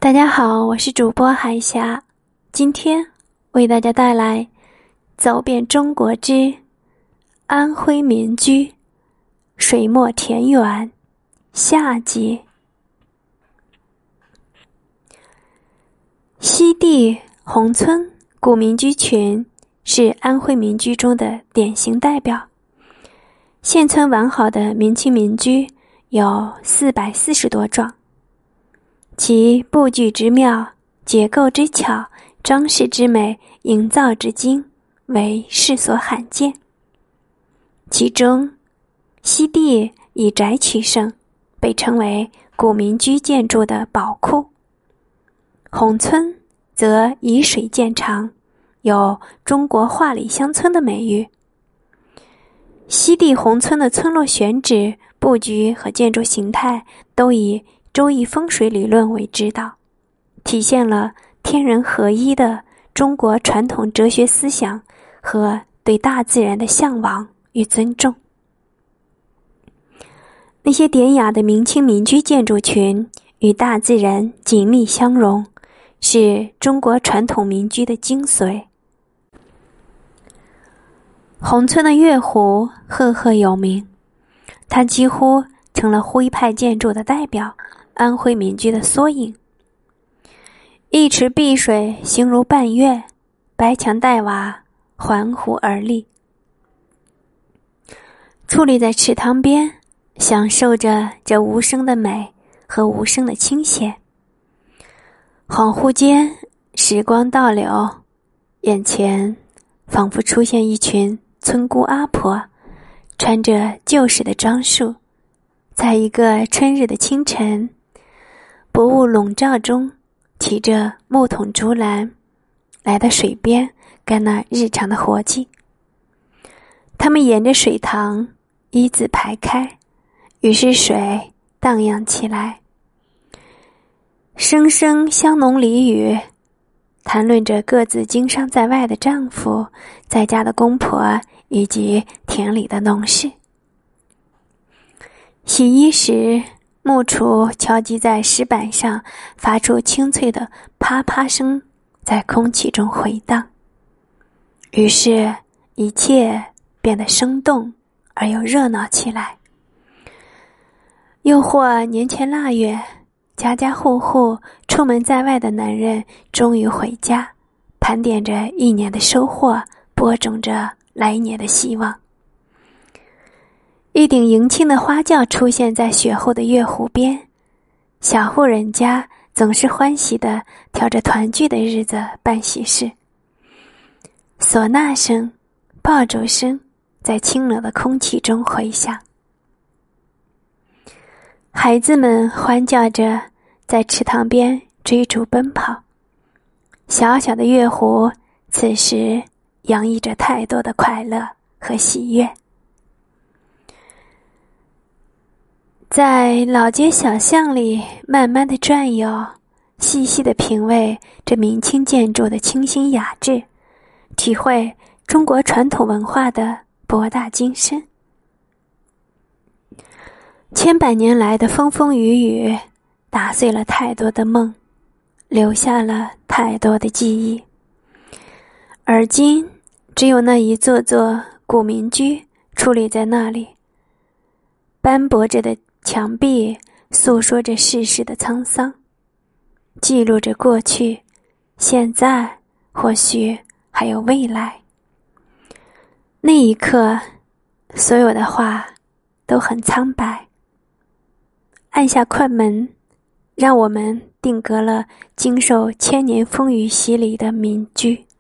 大家好，我是主播海霞，今天为大家带来走遍中国之安徽民居水墨田园下集。西递宏村古民居群是安徽民居中的典型代表，现存完好的明清民居有440多幢，其布局之妙、结构之巧、装饰之美、营造之精，为世所罕见。其中，西递以宅取胜，被称为古民居建筑的宝库；宏村则以水见长，有中国画里乡村的美誉。西递宏村的村落选址、布局和建筑形态都以周易风水理论为指导，体现了天人合一的中国传统哲学思想和对大自然的向往与尊重。那些典雅的明清民居建筑群与大自然紧密相融，是中国传统民居的精髓。宏村的月湖赫赫有名，它几乎成了徽派建筑的代表，安徽民居的缩影。一池碧水形如半月，白墙黛瓦环湖而立。矗立在池塘边，享受着这无声的美和无声的清闲。恍惚间，时光倒流，眼前仿佛出现一群村姑阿婆，穿着旧时的装束，在一个春日的清晨，薄雾笼罩中，提着木桶竹篮来到水边干那日常的活计。他们沿着水塘一字排开，于是水荡漾起来，声声乡农俚语，谈论着各自经商在外的丈夫、在家的公婆以及田里的农事。洗衣时，木杵敲击在石板上，发出清脆的啪啪声，在空气中回荡。于是，一切变得生动而又热闹起来。又或年前腊月，家家户户出门在外的男人终于回家，盘点着一年的收获，播种着来年的希望。一顶迎亲的花轿出现在雪后的月湖边，小户人家总是欢喜地挑着团聚的日子办喜事。唢呐声、爆竹声在清冷的空气中回响。孩子们欢叫着在池塘边追逐奔跑，小小的月湖此时洋溢着太多的快乐和喜悦。在老街小巷里慢慢的转悠，细细的品味这明清建筑的清新雅致，体会中国传统文化的博大精深。千百年来的风风雨雨，打碎了太多的梦，留下了太多的记忆。而今，只有那一座座古民居矗立在那里，斑驳着的墙壁诉说着世事的沧桑，记录着过去、现在，或许还有未来。那一刻，所有的话都很苍白。按下快门，让我们定格了经受千年风雨洗礼的民居。